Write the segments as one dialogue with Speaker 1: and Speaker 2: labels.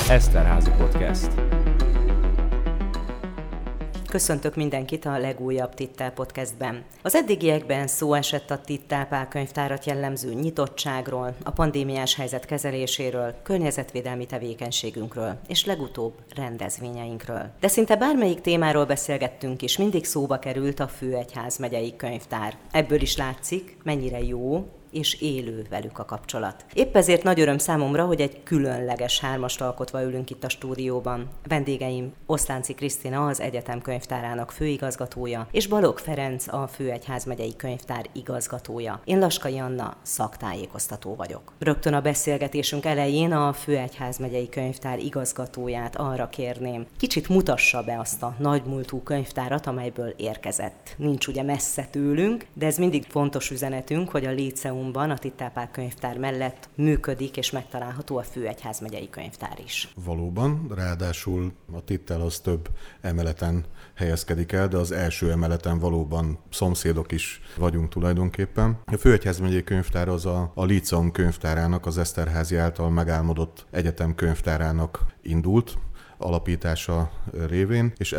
Speaker 1: Eszterházi Podcast.
Speaker 2: Köszöntök mindenkit a legújabb Tittel Podcastben. Az eddigiekben szó esett a Tittel könyvtárat jellemző nyitottságról, a pandémiás helyzet kezeléséről, környezetvédelmi tevékenységünkről, és legutóbb rendezvényeinkről. De szinte bármelyik témáról beszélgettünk is, mindig szóba került a Főegyházmegyei Könyvtár. Ebből is látszik, mennyire jó és élő velük a kapcsolat. Épp ezért nagy öröm számomra, hogy egy különleges hármast alkotva ülünk itt a stúdióban. Vendégeim Oszlánci Krisztina, az egyetem könyvtárának főigazgatója, és Balogh Ferenc, a Főegyházmegyei Könyvtár igazgatója. Én Laskay Anna, szaktájékoztató vagyok. Rögtön a beszélgetésünk elején a Főegyházmegyei Könyvtár igazgatóját arra kérném, kicsit mutassa be azt a nagymúltú könyvtárat, amelyből érkezett. Nincs ugye messze tőlünk, de ez mindig fontos üzenetünk, hogy a Líceumban, a Tittel könyvtár mellett működik és megtalálható a Főegyházmegyei Könyvtár is.
Speaker 3: Valóban, ráadásul a Tittel az több emeleten helyezkedik el, de az első emeleten valóban szomszédok is vagyunk tulajdonképpen. A Főegyházmegyei Könyvtár az a Líceum könyvtárának, az Eszterházy által megálmodott egyetem könyvtárának indult alapítása révén, és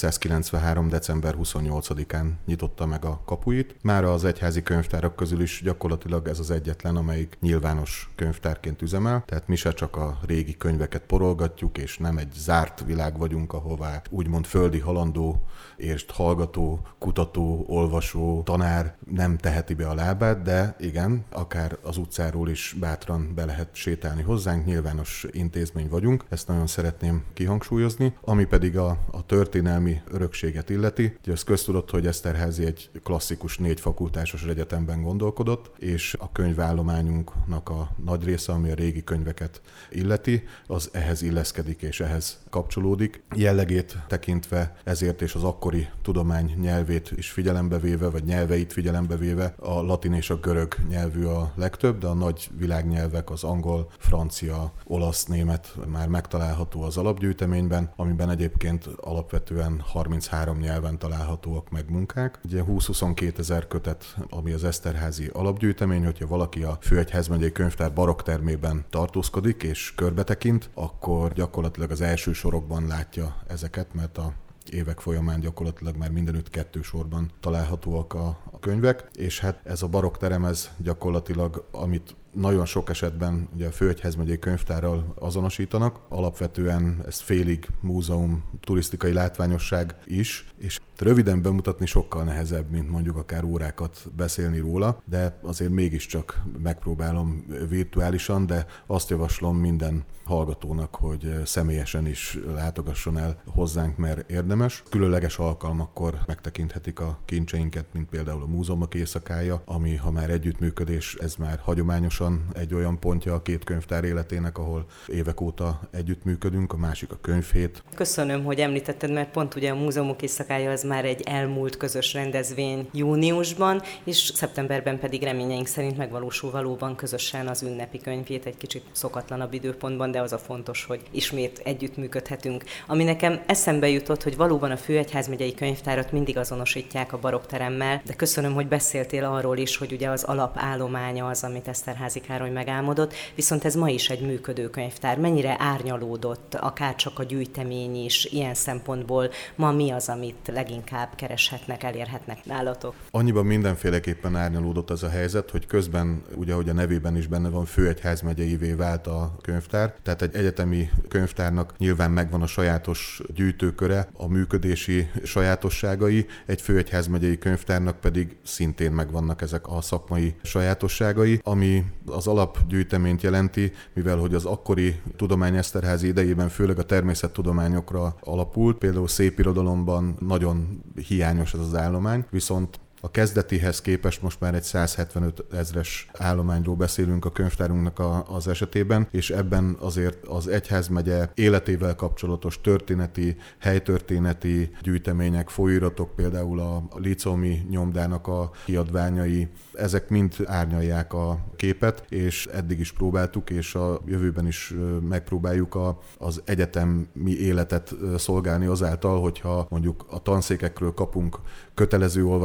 Speaker 3: 1793. december 28-án nyitotta meg a kapuit. Mára az egyházi könyvtárak közül is gyakorlatilag ez az egyetlen, amelyik nyilvános könyvtárként üzemel, tehát mi se csak a régi könyveket porolgatjuk, és nem egy zárt világ vagyunk, ahová úgymond földi halandó, és hallgató, kutató, olvasó, tanár nem teheti be a lábát, de igen, akár az utcáról is bátran be lehet sétálni hozzánk, nyilvános intézmény vagyunk, ezt nagyon szeretném kihangsúlyozni, ami pedig a történelmi örökséget illeti. Ugye ez köztudott, hogy Eszterházy egy klasszikus 4 fakultásos egyetemben gondolkodott, és a könyvállományunknak a nagy része, ami a régi könyveket illeti, az ehhez illeszkedik és ehhez kapcsolódik. Jellegét tekintve ezért és az akkori tudomány nyelvét is figyelembe véve, vagy nyelveit figyelembe véve, a latin és a görög nyelvű a legtöbb, de a nagy világnyelvek, az angol, francia, olasz, német már megtalálható az alapgyűjteményben, amiben egyébként alapvetően 33 nyelven találhatóak meg munkák. Ugye 20-22 ezer kötet, ami az Eszterházy alapgyűjtemény, hogyha valaki a Főegyházmegyei Könyvtár barokktermében tartózkodik és körbetekint, akkor gyakorlatilag az első sorokban látja ezeket, mert a évek folyamán gyakorlatilag már mindenütt 2 sorban találhatóak a könyvek, és hát ez a barokkterem, ez gyakorlatilag, amit nagyon sok esetben ugye a Főegyházmegyei Könyvtárral azonosítanak. Alapvetően ez félig múzeum, turisztikai látványosság is, és röviden bemutatni sokkal nehezebb, mint mondjuk akár órákat beszélni róla, de azért mégiscsak megpróbálom virtuálisan, de azt javaslom minden hallgatónak, hogy személyesen is látogasson el hozzánk, mert érdemes. Különleges alkalmakkor megtekinthetik a kincseinket, mint például a múzeumok éjszakája, ami, ha már együttműködés, ez már hagyományosan egy olyan pontja a 2 könyvtár életének, ahol évek óta együttműködünk, a másik a könyvhét.
Speaker 2: Köszönöm, hogy említetted, mert pont ugye a múzeumok éjszakája az már egy elmúlt közös rendezvény júniusban, és szeptemberben pedig reményeink szerint megvalósul valóban közösen az ünnepi könyvhét, egy kicsit szokatlanabb időpontban, de az a fontos, hogy ismét együttműködhetünk. Ami nekem eszembe jutott, hogy valóban a Főegyházmegyei Könyvtárat mindig azonosítják a barokkteremmel, de köszönöm, hogy beszéltél arról is, hogy ugye az alapállománya az, amit Eszterházy Károly megálmodott, viszont ez ma is egy működő könyvtár. Mennyire árnyalódott, akár csak a gyűjtemény is ilyen szempontból, ma mi az, amit leginkább kereshetnek, elérhetnek nálatok?
Speaker 3: Annyiban mindenféleképpen árnyalódott ez a helyzet, hogy közben, ugye, ahogy a nevében is benne van, Főegyházmegyeivé vált a könyvtár, tehát egy egyetemi könyvtárnak nyilván megvan a sajátos gyűjtőköre, a működési sajátosságai, egy Főegyházmegyei könyvtárnak pedig szintén megvannak ezek a szakmai sajátosságai, ami az alapgyűjteményt jelenti, mivel hogy az akkori tudomány Eszterházy idejében főleg a természettudományokra alapult, például szépirodalomban nagyon hiányos ez az állomány, viszont a kezdetihez képest most már egy 175 ezres állományról beszélünk a könyvtárunknak az esetében, és ebben azért az egyházmegye életével kapcsolatos történeti, helytörténeti gyűjtemények, folyóiratok, például a líceumi nyomdának a kiadványai, ezek mind árnyalják a képet, és eddig is próbáltuk, és a jövőben is megpróbáljuk az egyetemi életet szolgálni azáltal, hogyha mondjuk a tanszékekről kapunk kötelező olvasmánylistát,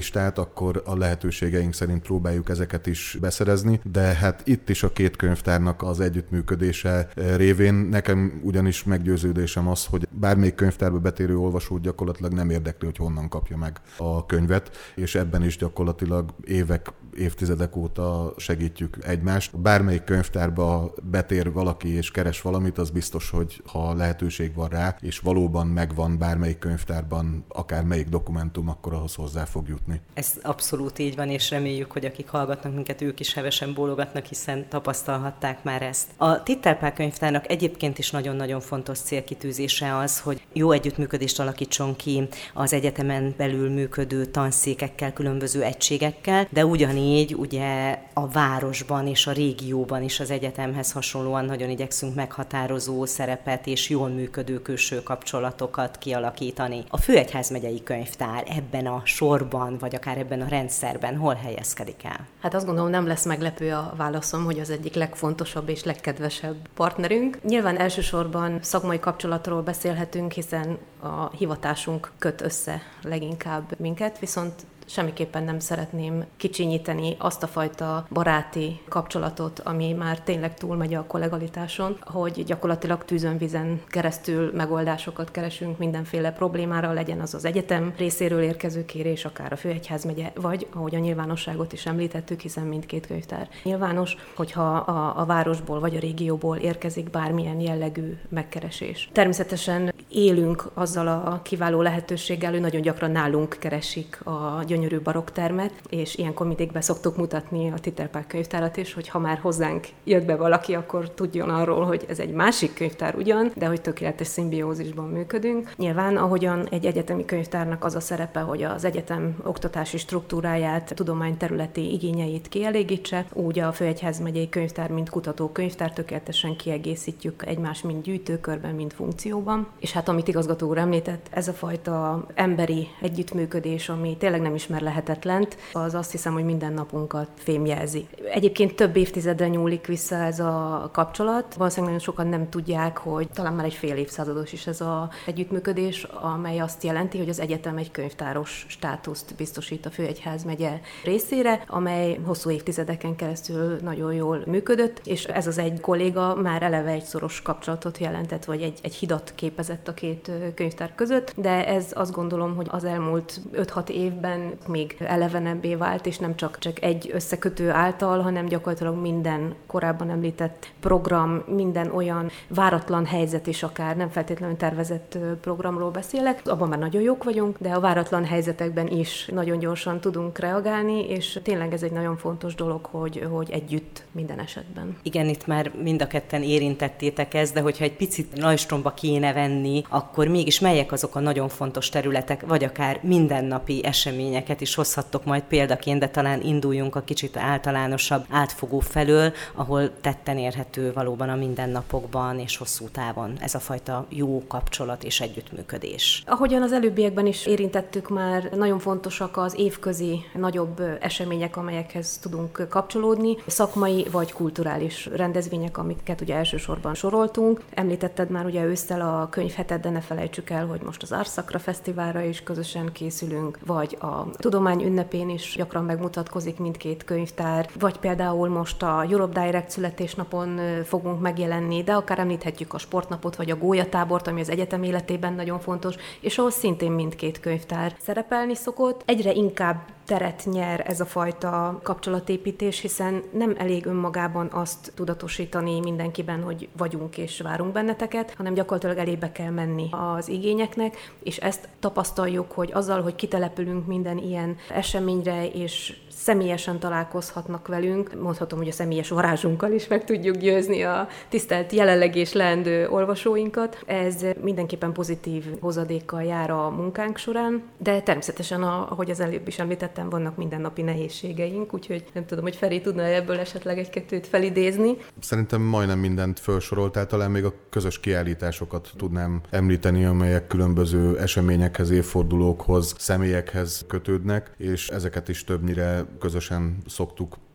Speaker 3: listát, akkor a lehetőségeink szerint próbáljuk ezeket is beszerezni, de hát itt is a két könyvtárnak az együttműködése révén nekem ugyanis meggyőződésem az, hogy bármelyik könyvtárba betérő olvasót gyakorlatilag nem érdekli, hogy honnan kapja meg a könyvet, és ebben is gyakorlatilag évtizedek óta segítjük egymást. Bármelyik könyvtárba betér valaki és keres valamit, az biztos, hogy ha lehetőség van rá, és valóban megvan bármelyik könyvtárban akár melyik dokumentum, akkor ahhoz hozzá fog jutni.
Speaker 2: Ez abszolút így van, és reméljük, hogy akik hallgatnak minket, ők is hevesen bólogatnak, hiszen tapasztalhatták már ezt. A Tittelpál könyvtárnak egyébként is nagyon-nagyon fontos célkitűzése az, hogy jó együttműködést alakítson ki az egyetemen belül működő tanszékekkel, különböző egységekkel, de ugyanígy ugye a városban és a régióban is az egyetemhez hasonlóan nagyon igyekszünk meghatározó szerepet és jól működő külső kapcsolatokat kialakítani. A Főegyházmegyei Könyvtár ebben a sorban, vagy akár ebben a rendszerben hol helyezkedik el?
Speaker 1: Hát azt gondolom, nem lesz meglepő a válaszom, hogy az egyik legfontosabb és legkedvesebb partnerünk. Nyilván elsősorban szakmai kapcsolatról beszélhetünk, hiszen a hivatásunk köt össze leginkább minket, viszont semmiképpen nem szeretném kicsinyíteni azt a fajta baráti kapcsolatot, ami már tényleg túlmegy a kollegalitáson, hogy gyakorlatilag tűzön-vizen keresztül megoldásokat keresünk mindenféle problémára, legyen az az egyetem részéről érkező kérés, akár a Főegyházmegye, vagy ahogy a nyilvánosságot is említettük, hiszen mindkét könyvtár nyilvános, hogyha a városból vagy a régióból érkezik bármilyen jellegű megkeresés. Természetesen élünk azzal a kiváló lehetőséggel, hogy nagyon gyakran nálunk keresik a gyönyörű baroktermet, és ilyenkor mindig be szoktuk mutatni a Tittelpál könyvtárat is, hogy ha már hozzánk jött be valaki, akkor tudjon arról, hogy ez egy másik könyvtár ugyan, de hogy tökéletes szimbiózisban működünk. Nyilván, ahogyan egy egyetemi könyvtárnak az a szerepe, hogy az egyetem oktatási struktúráját, tudományterületi igényeit kielégítse, úgy a Főegyházmegyei Könyvtár, mint kutatókönyvtár tökéletesen kiegészítjük egymást mind gyűjtőkörben, mind funkcióban. És hát amit igazgató úr említett, ez a fajta emberi együttműködés, ami tényleg nem ismer lehetetlent, az azt hiszem, hogy minden napunkat fémjelzi. Egyébként több évtizedre nyúlik vissza ez a kapcsolat. Valószínűleg nagyon sokan nem tudják, hogy talán már egy fél évszázados is ez az együttműködés, amely azt jelenti, hogy az egyetem egy könyvtáros státuszt biztosít a Főegyházmegye részére, amely hosszú évtizedeken keresztül nagyon jól működött, és ez az egy kolléga már eleve egy szoros kapcsolatot jelentett, vagy egy hidat képezett a két könyvtár között, de ez azt gondolom, hogy az elmúlt 5-6 évben még elevenebbé vált, és nem csak egy összekötő által, hanem gyakorlatilag minden korábban említett program, minden olyan váratlan helyzet is akár, nem feltétlenül tervezett programról beszélek, abban már nagyon jók vagyunk, de a váratlan helyzetekben is nagyon gyorsan tudunk reagálni, és tényleg ez egy nagyon fontos dolog, hogy együtt minden esetben.
Speaker 2: Igen, itt már mind a ketten érintettétek ezt, de hogyha egy picit rajstromba kéne venni, akkor mégis melyek azok a nagyon fontos területek, vagy akár mindennapi eseményeket is hozhattok majd példaként, de talán induljunk a kicsit általánosabb, átfogó felől, ahol tetten érhető valóban a mindennapokban és hosszú távon ez a fajta jó kapcsolat és együttműködés.
Speaker 1: Ahogyan az előbbiekben is érintettük már, nagyon fontosak az évközi nagyobb események, amelyekhez tudunk kapcsolódni, szakmai vagy kulturális rendezvények, amiket ugye elsősorban soroltunk. Említetted már ugye ősszel a könyvhetet, de ne felejtsük el, hogy most az Árszakra Fesztiválra is közösen készülünk, vagy a Tudomány ünnepén is gyakran megmutatkozik mindkét könyvtár, vagy például most a Europe Direct születésnapon fogunk megjelenni, de akár említhetjük a sportnapot, vagy a gólyatábort, ami az egyetem életében nagyon fontos, és ahol szintén mindkét könyvtár szerepelni szokott. Egyre inkább teret nyer ez a fajta kapcsolatépítés, hiszen nem elég önmagában azt tudatosítani mindenkiben, hogy vagyunk és várunk benneteket, hanem gyakorlatilag elébe kell menni az igényeknek, és ezt tapasztaljuk, hogy azzal, hogy kitelepülünk minden ilyen eseményre, és személyesen találkozhatnak velünk, mondhatom, hogy a személyes varázsunkkal is meg tudjuk győzni a tisztelt jelenleg és leendő olvasóinkat. Ez mindenképpen pozitív hozadékkal jár a munkánk során, de természetesen, ahogy az előbb is említettem, vannak mindennapi nehézségeink, úgyhogy nem tudom, hogy Feri tudna ebből esetleg egy-kettőt felidézni.
Speaker 3: Szerintem majdnem mindent felsoroltál, talán még a közös kiállításokat tudnám említeni, amelyek különböző eseményekhez, évfordulókhoz, személyekhez kötődnek, és ezeket is többnyire közösen szoktuk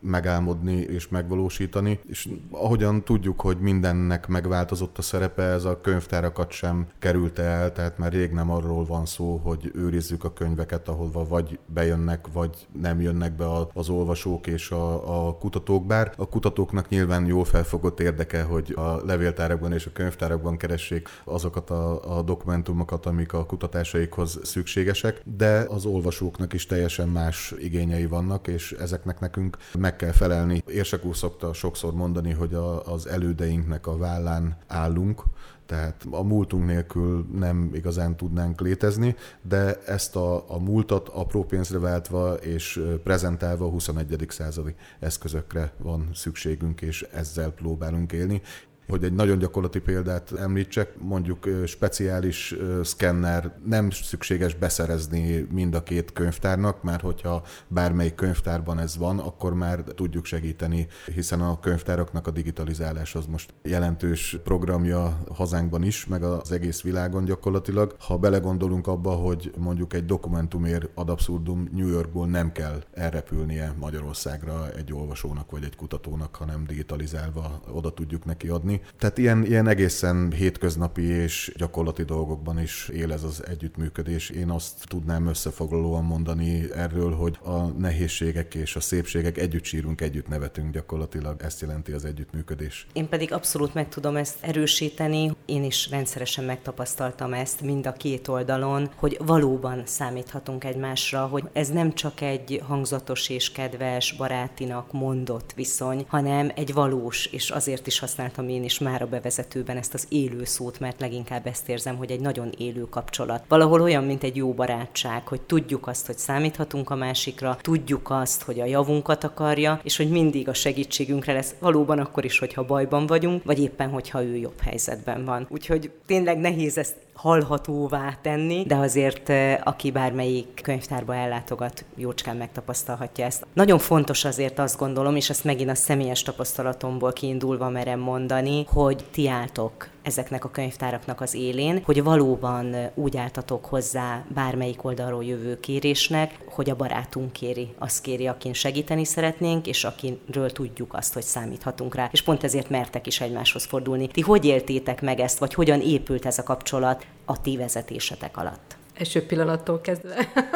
Speaker 3: megálmodni és megvalósítani, és ahogyan tudjuk, hogy mindennek megváltozott a szerepe, ez a könyvtárakat sem került el, tehát már rég nem arról van szó, hogy őrizzük a könyveket, ahova vagy bejönnek, vagy nem jönnek be az olvasók és a kutatók, bár a kutatóknak nyilván jól felfogott érdeke, hogy a levéltárakban és a könyvtárakban keressék azokat a dokumentumokat, amik a kutatásaikhoz szükségesek, de az olvasóknak is teljesen más igényei vannak, és ezeknek nekünk meg kell felelni. Érsek úr szokta sokszor mondani, hogy az elődeinknek a vállán állunk, tehát a múltunk nélkül nem igazán tudnánk létezni, de ezt a múltat apró pénzre váltva és prezentálva a 21. századi eszközökre van szükségünk, és ezzel próbálunk élni. Hogy egy nagyon gyakorlati példát említsek, mondjuk speciális szkenner nem szükséges beszerezni mind a két könyvtárnak, mert hogyha bármelyik könyvtárban ez van, akkor már tudjuk segíteni, hiszen a könyvtáraknak a digitalizálás az most jelentős programja hazánkban is, meg az egész világon gyakorlatilag. Ha belegondolunk abba, hogy mondjuk egy dokumentumért ad abszurdum New Yorkból nem kell elrepülnie Magyarországra egy olvasónak vagy egy kutatónak, hanem digitalizálva oda tudjuk neki adni. Tehát ilyen egészen hétköznapi és gyakorlati dolgokban is él ez az együttműködés. Én azt tudnám összefoglalóan mondani erről, hogy a nehézségek és a szépségek együtt sírunk, együtt nevetünk gyakorlatilag. Ezt jelenti az együttműködés.
Speaker 2: Én pedig abszolút meg tudom ezt erősíteni. Én is rendszeresen megtapasztaltam ezt mind a két oldalon, hogy valóban számíthatunk egymásra, hogy ez nem csak egy hangzatos és kedves, barátinak mondott viszony, hanem egy valós, és azért is használtam én is már a bevezetőben ezt az élő szót, mert leginkább ezt érzem, hogy egy nagyon élő kapcsolat. Valahol olyan, mint egy jó barátság, hogy tudjuk azt, hogy számíthatunk a másikra, tudjuk azt, hogy a javunkat akarja, és hogy mindig a segítségünkre lesz, valóban akkor is, hogyha bajban vagyunk, vagy éppen, hogyha ő jobb helyzetben van. Úgyhogy tényleg nehéz ezt hallhatóvá tenni, de azért aki bármelyik könyvtárba ellátogat, jócskán megtapasztalhatja ezt. Nagyon fontos azért azt gondolom, és ezt megint a személyes tapasztalatomból kiindulva merem mondani, hogy ti álltok ezeknek a könyvtáraknak az élén, hogy valóban úgy álltatok hozzá bármelyik oldalról jövő kérésnek, hogy a barátunk kéri, azt kéri, akin segíteni szeretnénk, és akiről tudjuk azt, hogy számíthatunk rá. És pont ezért mertek is egymáshoz fordulni. Ti hogy éltétek meg ezt, vagy hogyan épült ez a kapcsolat a ti vezetésetek alatt?
Speaker 1: Első pillanattól kezdve.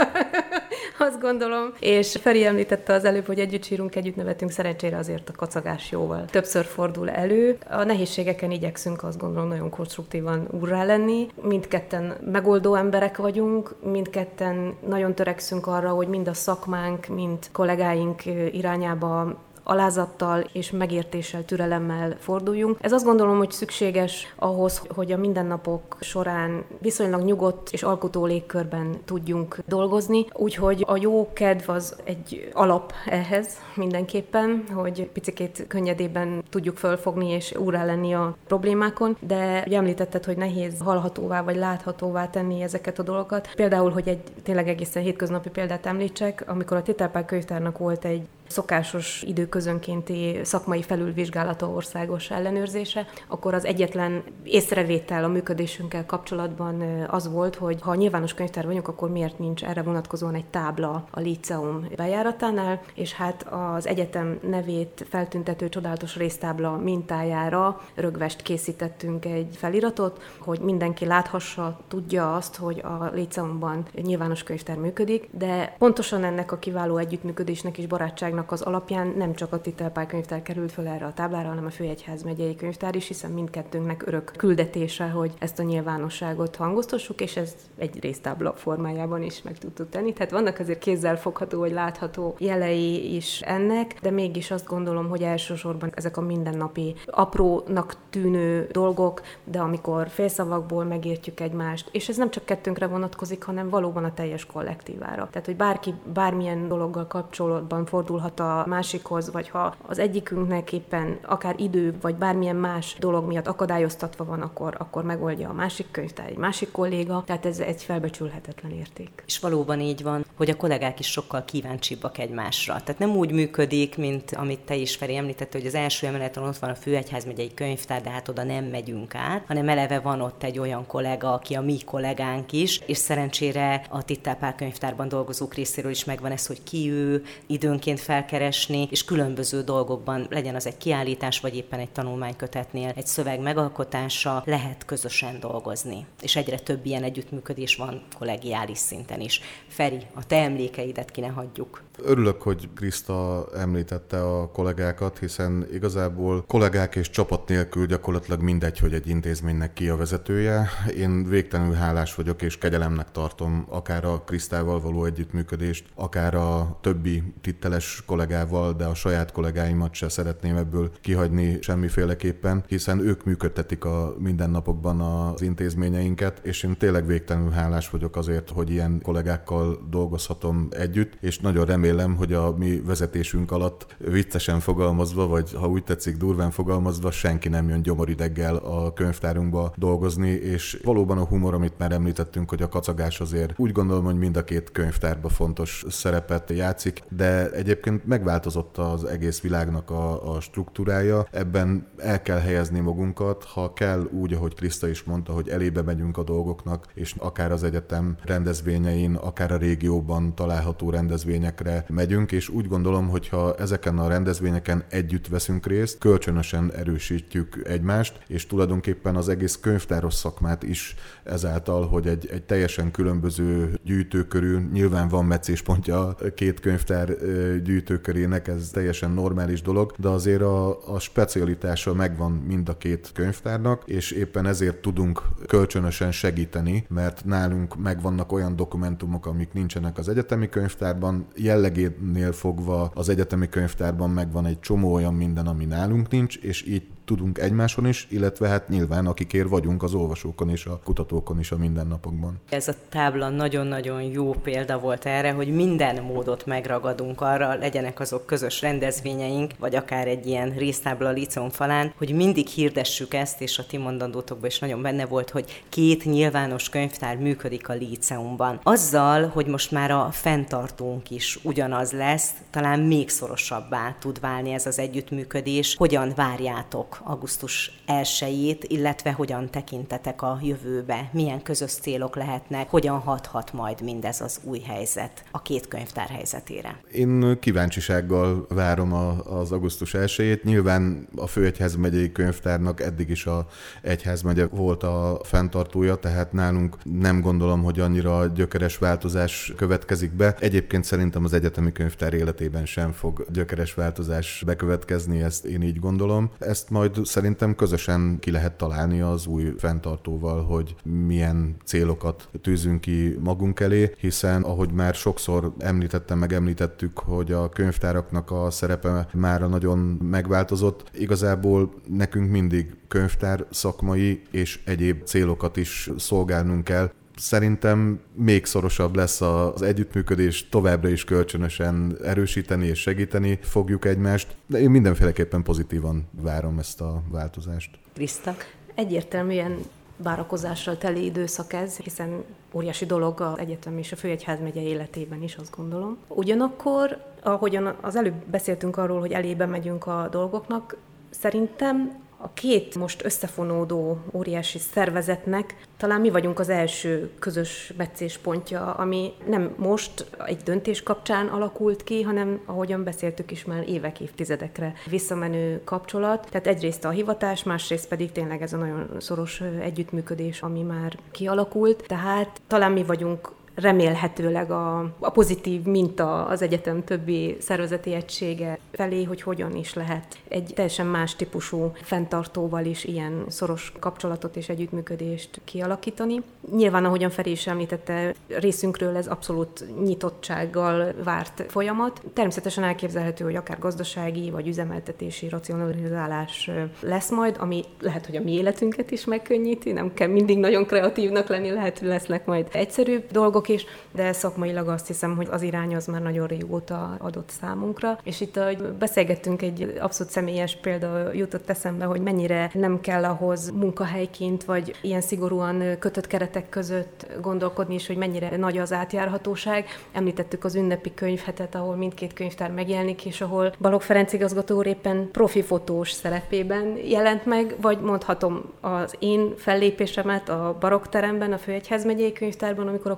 Speaker 1: Azt gondolom. És Feri említette az előbb, hogy együtt sírunk, együtt nevetünk, szerencsére azért a kacagás jóval többször fordul elő. A nehézségeken igyekszünk, azt gondolom, nagyon konstruktívan úrrá lenni. Mindketten megoldó emberek vagyunk, mindketten nagyon törekszünk arra, hogy mind a szakmánk, mind kollégáink irányába alázattal és megértéssel, türelemmel forduljunk. Ez azt gondolom, hogy szükséges ahhoz, hogy a mindennapok során viszonylag nyugodt és alkotó légkörben tudjunk dolgozni. Úgyhogy a jó kedv az egy alap ehhez mindenképpen, hogy picikét könnyedében tudjuk fölfogni és úrrá lenni a problémákon, de ugye említetted, hogy nehéz hallhatóvá vagy láthatóvá tenni ezeket a dolgokat. Például, hogy egy tényleg egészen hétköznapi példát említsek, amikor a Tételpák könyvtárnak volt egy szokásos időközönkénti szakmai felülvizsgálata, országos ellenőrzése, akkor az egyetlen észrevétel a működésünkkel kapcsolatban az volt, hogy ha nyilvános könyvtár vagyunk, akkor miért nincs erre vonatkozóan egy tábla a Líceum bejáratánál, és hát az egyetem nevét feltüntető csodálatos résztábla mintájára rögvest készítettünk egy feliratot, hogy mindenki láthassa, tudja azt, hogy a Líceumban nyilvános könyvtár működik, de pontosan ennek a kiváló együttműködésnek és barátságnak az alapján nem csak a Tételpák könyvtár került föl erre a táblára, hanem a Főegyházmegyei könyvtár is, hiszen mindkettőnknek örök küldetése, hogy ezt a nyilvánosságot hangoztassuk, és ezt egy résztábla formájában is meg tudtuk tenni. Tehát vannak azért kézzelfogható vagy látható jelei is ennek, de mégis azt gondolom, hogy elsősorban ezek a mindennapi aprónak tűnő dolgok, de amikor félszavakból megértjük egymást, és ez nem csak kettőnkre vonatkozik, hanem valóban a teljes kollektívára. Tehát, hogy bárki bármilyen dologgal kapcsolatban fordulhat a másikhoz, vagy ha az egyikünknek éppen akár idő, vagy bármilyen más dolog miatt akadályoztatva van, akkor megoldja a másik könyvtár, egy másik kolléga, tehát ez egy felbecsülhetetlen érték.
Speaker 2: És valóban így van, hogy a kollégák is sokkal kíváncsibbak egymásra. Tehát nem úgy működik, mint amit te is, Feri, említette, hogy az első emeleten ott van a Főegyházmegyei könyvtár, de hát oda nem megyünk át, hanem eleve van ott egy olyan kollega, aki a mi kollégánk is, és szerencsére a Tételpák könyvtárban dolgozók részéről is megvan ez, hogy ki ő, időnként fel felkeresni, és különböző dolgokban, legyen az egy kiállítás, vagy éppen egy tanulmánykötetnél egy szöveg megalkotása, lehet közösen dolgozni. És egyre több ilyen együttműködés van kollegiális szinten is. Feri, a te emlékeidet ki ne hagyjuk.
Speaker 3: Örülök, hogy Kriszta említette a kollégákat, hiszen igazából kollégák és csapat nélkül gyakorlatilag mindegy, hogy egy intézménynek ki a vezetője. Én végtelenül hálás vagyok, és kegyelemnek tartom akár a Krisztával való együttműködést, akár a többi titteles kollégával, de a saját kollégáimat se szeretném ebből kihagyni semmiféleképpen, hiszen ők működtetik a mindennapokban az intézményeinket, és én tényleg végtelenül hálás vagyok azért, hogy ilyen kollégákkal dolgozhatom együtt, és nagyon remélem, hogy a mi vezetésünk alatt viccesen fogalmazva, vagy ha úgy tetszik durván fogalmazva, senki nem jön gyomorideggel a könyvtárunkba dolgozni, és valóban a humor, amit már említettünk, hogy a kacagás azért úgy gondolom, hogy mind a két könyvtárban fontos szerepet játszik, de egyébként megváltozott az egész világnak a struktúrája, ebben el kell helyezni magunkat, ha kell úgy, ahogy Kriszta is mondta, hogy elébe megyünk a dolgoknak, és akár az egyetem rendezvényein, akár a régióban található rendezvényekre megyünk, és úgy gondolom, hogy ha ezeken a rendezvényeken együtt veszünk részt, kölcsönösen erősítjük egymást, és tulajdonképpen az egész könyvtáros szakmát is ezáltal, hogy egy teljesen különböző gyűjtőkörű, nyilván van meccéspontja a két könyvtár gyűjtőkörének, ez teljesen normális dolog, de azért a specialitása megvan mind a két könyvtárnak, és éppen ezért tudunk kölcsönösen segíteni, mert nálunk megvannak olyan dokumentumok, amik nincsenek az egyetemi könyvtárban, jellegénél fogva az egyetemi könyvtárban megvan egy csomó olyan minden, ami nálunk nincs, és így tudunk egymáson is, illetve hát nyilván akikért vagyunk az olvasókon és a kutatókon is a mindennapokban.
Speaker 2: Ez a tábla nagyon-nagyon jó példa volt erre, hogy minden módot megragadunk arra, legyenek azok közös rendezvényeink, vagy akár egy ilyen résztábla a Líceum falán, hogy mindig hirdessük ezt, és a ti mondandótokban is nagyon benne volt, hogy 2 nyilvános könyvtár működik a Líceumban. Azzal, hogy most már a fenntartónk is ugyanaz lesz, talán még szorosabbá tud válni ez az együttműködés. Hogyan várjátok augusztus 1-jét, illetve hogyan tekintetek a jövőbe, milyen közös célok lehetnek, hogyan hathat majd mindez az új helyzet a két könyvtár helyzetére?
Speaker 3: Én kíváncsisággal várom az augusztus 1-jét. Nyilván a Főegyházmegyei Könyvtárnak eddig is a egyházmegye volt a fenntartója, tehát nálunk nem gondolom, hogy annyira gyökeres változás következik be. Egyébként szerintem az egyetemi könyvtár életében sem fog gyökeres változás bekövetkezni, ezt én így gondolom. Ezt majd szerintem közösen ki lehet találni az új fenntartóval, hogy milyen célokat tűzünk ki magunk elé, hiszen ahogy már sokszor megemlítettük, hogy a könyvtáraknak a szerepe mára nagyon megváltozott. Igazából nekünk mindig könyvtár szakmai és egyéb célokat is szolgálnunk kell. Szerintem még szorosabb lesz az együttműködés, továbbra is kölcsönösen erősíteni és segíteni fogjuk egymást, de én mindenféleképpen pozitívan várom ezt a változást.
Speaker 2: Kriszta?
Speaker 1: Egyértelműen várakozással teli időszak ez, hiszen óriási dolog az egyetem és a Főegyházmegye életében is, azt gondolom. Ugyanakkor, ahogyan az előbb beszéltünk arról, hogy elébe megyünk a dolgoknak, szerintem a két most összefonódó óriási szervezetnek talán mi vagyunk az első közös meccéspontja, ami nem most egy döntés kapcsán alakult ki, hanem ahogyan beszéltük is már évek, évtizedekre visszamenő kapcsolat. Tehát egyrészt a hivatás, másrészt pedig tényleg ez a nagyon szoros együttműködés, ami már kialakult. Tehát talán mi vagyunk remélhetőleg a pozitív minta az egyetem többi szervezeti egysége felé, hogy hogyan is lehet egy teljesen más típusú fenntartóval is ilyen szoros kapcsolatot és együttműködést kialakítani. Nyilván, ahogyan Feri is említette, részünkről ez abszolút nyitottsággal várt folyamat. Természetesen elképzelhető, hogy akár gazdasági vagy üzemeltetési racionalizálás lesz majd, ami lehet, hogy a mi életünket is megkönnyíti, nem kell mindig nagyon kreatívnak lenni, lehet, hogy lesznek majd egyszerűbb dolgok is, de szakmailag azt hiszem, hogy az irány az már nagyon régóta adott számunkra. És itt, ahogy beszélgettünk, egy abszolút személyes példa jutott eszembe, hogy mennyire nem kell ahhoz munkahelyként, vagy ilyen szigorúan kötött keretek között gondolkodni is, hogy mennyire nagy az átjárhatóság. Említettük az ünnepi könyvhetet, ahol mindkét könyvtár megjelenik, és ahol Balogh Ferenc igazgató úr éppen profi fotós szerepében jelent meg, vagy mondhatom az én fellépésemet a Barokkteremben, a Főegyházmegyei Könyvtárban, amikor a kóruson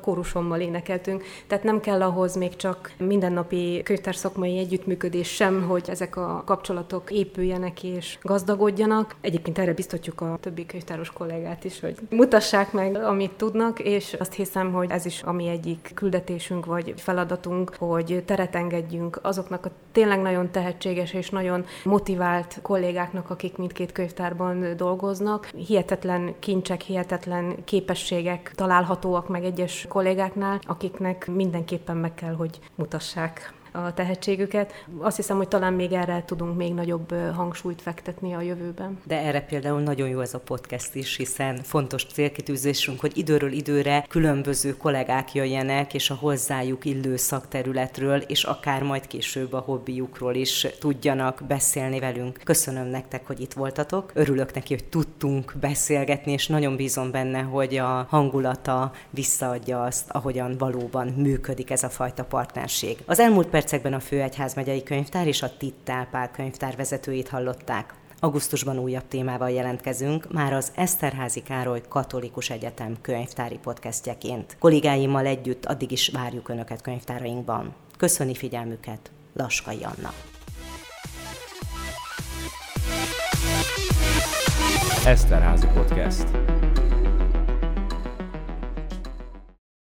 Speaker 1: mikrofonmal énekeltünk. Tehát nem kell ahhoz még csak mindennapi könyvtárszakmai együttműködés sem, hogy ezek a kapcsolatok épüljenek és gazdagodjanak. Egyébként erre biztatjuk a többi könyvtáros kollégát is, hogy mutassák meg, amit tudnak, és azt hiszem, hogy ez is a mi egyik küldetésünk vagy feladatunk, hogy teret engedjünk azoknak a tényleg nagyon tehetséges és nagyon motivált kollégáknak, akik mindkét könyvtárban dolgoznak. Hihetetlen kincsek, hihetetlen képességek találhatóak meg egyes kollégáknál, akiknek mindenképpen meg kell, hogy mutassák a tehetségüket. Azt hiszem, hogy talán még erre tudunk még nagyobb hangsúlyt fektetni a jövőben.
Speaker 2: De erre például nagyon jó ez a podcast is, hiszen fontos célkitűzésünk, hogy időről időre különböző kollégák jöjjenek, és a hozzájuk illő szakterületről, és akár majd később a hobbiukról is tudjanak beszélni velünk. Köszönöm nektek, hogy itt voltatok. Örülök neki, hogy tudtunk beszélgetni, és nagyon bízom benne, hogy a hangulata visszaadja azt, ahogyan valóban működik ez a fajta partnerség. Az elmúlt percekben a Főegyházmegyei Könyvtár és a Tittál Pál könyvtár vezetőit hallották. Augusztusban újabb témával jelentkezünk, már az Eszterházy Károly Katolikus Egyetem könyvtári podcastjeként. Kollégáimmal együtt addig is várjuk Önöket könyvtárainkban. Köszöni figyelmüket, Laskai Anna.
Speaker 4: Eszterházy Podcast.